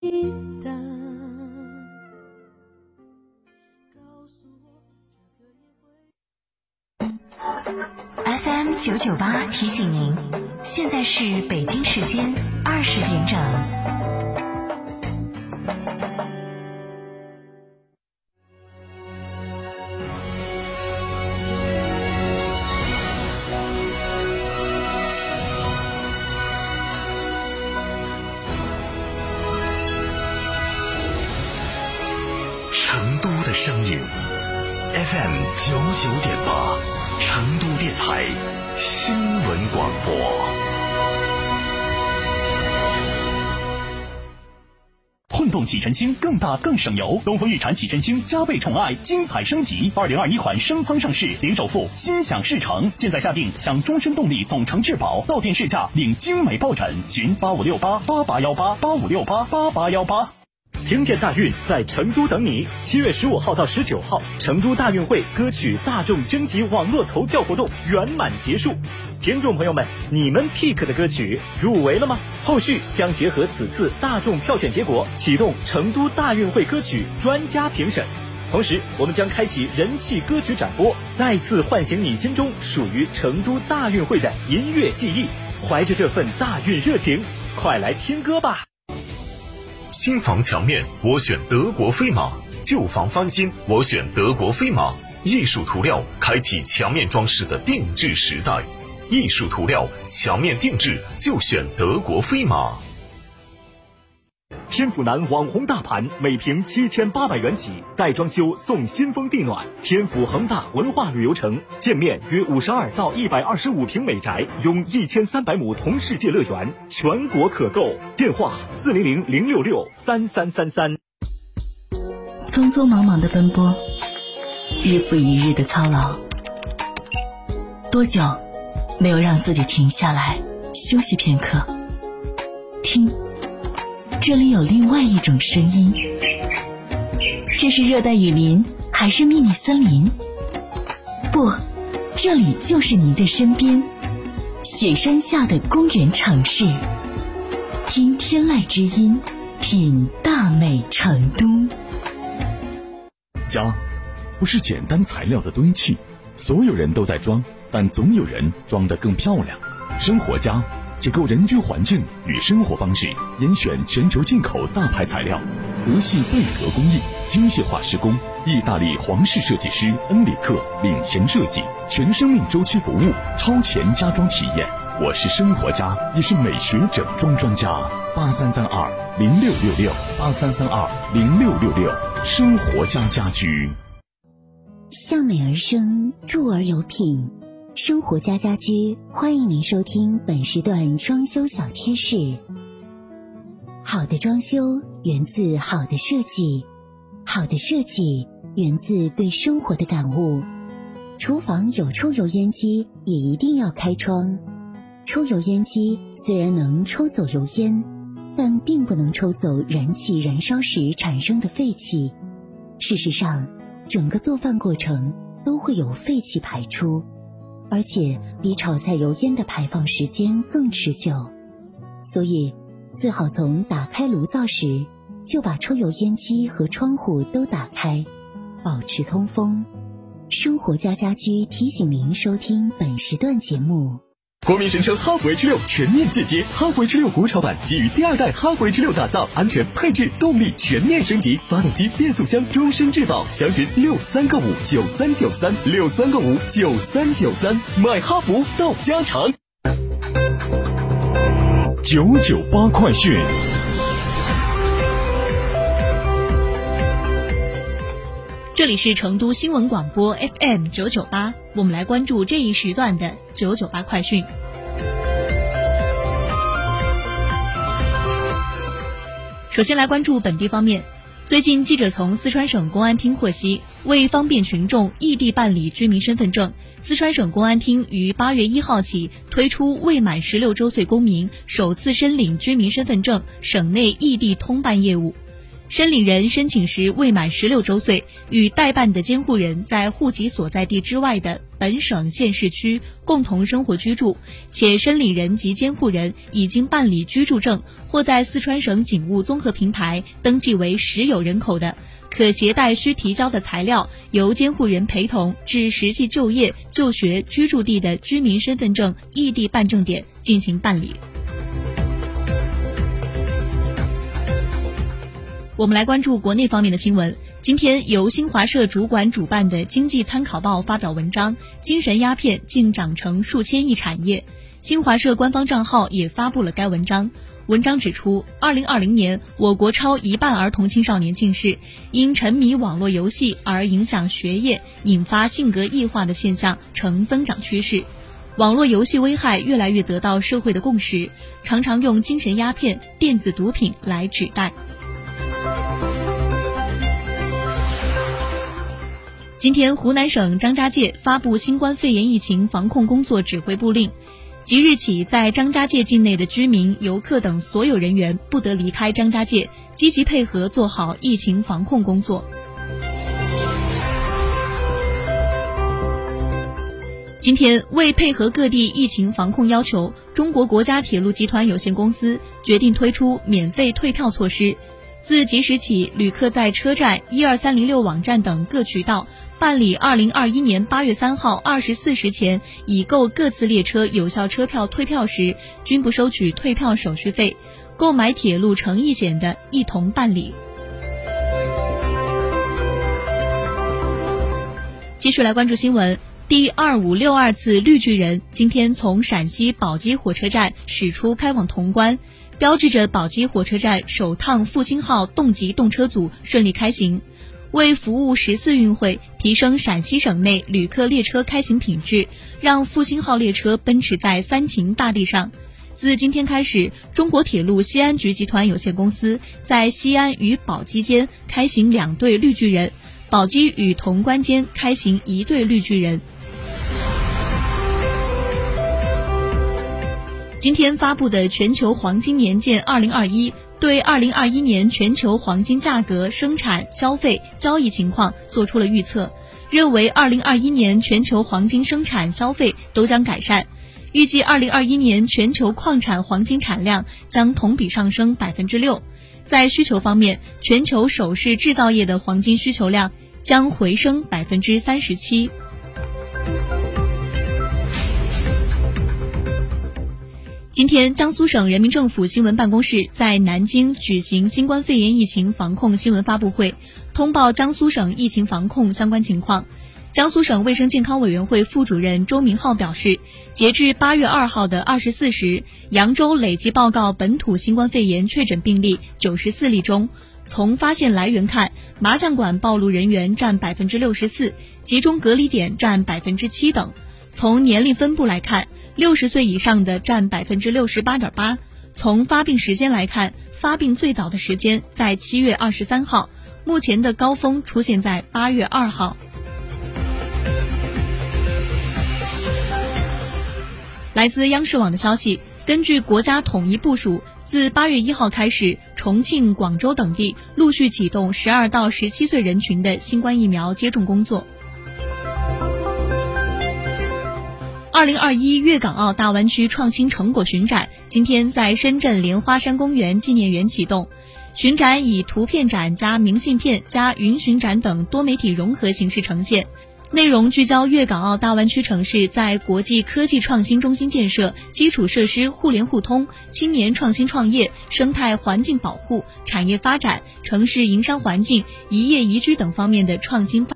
FM 998提醒您，现在是北京时间20点整。 成都的声音 FM 99.8，成都电台新闻广播。 混动启辰星更大更省油，东风日产启辰星加倍宠爱，精彩升级。2021款升仓上市，零首付，心想事成。现在下定享终身动力总成质保，到店试驾领精美抱枕。询85688818，85688818。 听见大运在成都等你，7月15号到19号，成都大运会歌曲大众征集网络投票活动圆满结束。听众朋友们，你们 pick 的歌曲入围了吗？后续将结合此次大众票选结果，启动成都大运会歌曲专家评审。同时，我们将开启人气歌曲展播，再次唤醒你心中属于成都大运会的音乐记忆。怀着这份大运热情，快来听歌吧！ 新房墙面我选德国飞马，旧房翻新我选德国飞马。艺术涂料开启墙面装饰的定制时代，艺术涂料墙面定制就选德国飞马。 天府南网红大盘，每平7800元起，带装修送新风地暖。天府恒大文化旅游城，建面约52到125平美宅，拥1300亩同世界乐园，全国可购。电话400-066-3333。 匆匆忙忙的奔波，日复一日的操劳，多久没有让自己停下来休息片刻？听，这里有另外一种声音。这是热带雨林还是秘密森林？不，这里就是您的身边，雪山下的公园城市。听天籁之音，品大美成都。 家不是简单材料的堆砌，所有人都在装，但总有人装得更漂亮。生活家解构人居环境与生活方式，严选全球进口大牌材料，德系贝壳工艺，精细化施工，意大利皇室设计师恩里克领衔设计，全生命周期服务，超前家装体验。我是生活家，也是美学整装专家。8332-0666，8332-0666，生活家家居。 向美而生，住而有品。生活家家居，欢迎您收听本时段装修小贴士。好的装修源自好的设计，好的设计源自对生活的感悟。厨房有抽油烟机，也一定要开窗。抽油烟机虽然能抽走油烟，但并不能抽走燃气燃烧时产生的废气。事实上，整个做饭过程都会有废气排出，而且比炒菜油烟的排放时间更持久。所以最好从打开炉灶时就把抽油烟机和窗户都打开，保持通风。生活家家居提醒您收听本时段节目。 国民神车哈弗 H6 全面进阶，哈弗 H6 国潮版基于第二代哈弗 H6 打造，安全、配置、动力全面升级，发动机、变速箱终身质保。详询63959393，63959393，买哈弗到家常。 998快讯。 这里是成都新闻广播 FM 998，我们来关注这一时段的998快讯。首先来关注本地方面，最近记者从四川省公安厅获悉，为方便群众异地办理居民身份证，四川省公安厅于8月1号起推出未满16周岁公民首次申领居民身份证省内异地通办业务。 申领人申请时未满16周岁，与代办的监护人在户籍所在地之外的本省县市区共同生活居住，且申领人及监护人已经办理居住证或在四川省警务综合平台登记为实有人口的，可携带需提交的材料，由监护人陪同至实际就业、就学、居住地的居民身份证异地办证点进行办理。我们来关注国内方面的新闻。今天由新华社主管主办的经济参考报发表文章，精神鸦片竟长成数千亿产业。新华社官方账号也发布了该文章。文章指出，2020年我国超1半儿童青少年近视，因沉迷网络游戏而影响学业，引发性格异化的现象呈增长趋势。网络游戏危害越来越得到社会的共识，常常用精神鸦片、电子毒品来指代。今天，湖南省张家界发布新冠肺炎疫情防控工作指挥部令，即日起，在张家界境内的居民、游客等所有人员不得离开张家界，积极配合做好疫情防控工作。今天，为配合各地疫情防控要求，中国国家铁路集团有限公司决定推出免费退票措施。自即时起，旅客在车站、12306网站等各渠道办理2021年8月3号24时前已购各次列车有效车票退票时，均不收取退票手续费。购买铁路乘意险的一同办理。继续来关注新闻。第2562次绿巨人今天从陕西宝鸡火车站驶出开往潼关，标志着宝鸡火车站首趟复兴号动级动车组顺利开行。为服务14运会，提升陕西省内旅客列车开行品质，让复兴号列车奔驰在三秦大地上。自今天开始，中国铁路西安局集团有限公司在西安与宝鸡间开行2对绿巨人，宝鸡与潼关间开行1对绿巨人。今天发布的全球黄金年鉴2021对2021年全球黄金价格、生产、消费、交易情况做出了预测，认为2021年全球黄金生产、消费都将改善。预计2021年全球矿产黄金产量将同比上升 6%。在需求方面，全球首饰制造业的黄金需求量将回升 37%。今天，江苏省人民政府新闻办公室在南京举行新冠肺炎疫情防控新闻发布会，通报江苏省疫情防控相关情况。江苏省卫生健康委员会副主任周明浩表示，截至8月2号的24时，扬州累计报告本土新冠肺炎确诊病例94例中，从发现来源看，麻将馆暴露人员占 64%， 集中隔离点占 7% 等。从年龄分布来看，60岁以上的占 68.8%。从发病时间来看，发病最早的时间在7月23号，目前的高峰出现在8月2号。来自央视网的消息，根据国家统一部署，自8月1号开始，重庆、广州等地陆续启动12到17岁人群的新冠疫苗接种工作。2021粤港澳大湾区创新成果巡展今天在深圳莲花山公园纪念园启动。巡展以图片展加明信片加云巡展等多媒体融合形式呈现，内容聚焦粤港澳大湾区城市在国际科技创新中心建设、基础设施互联互通、青年创新创业、生态环境保护、产业发展、城市营商环境、一业宜居等方面的创新发展。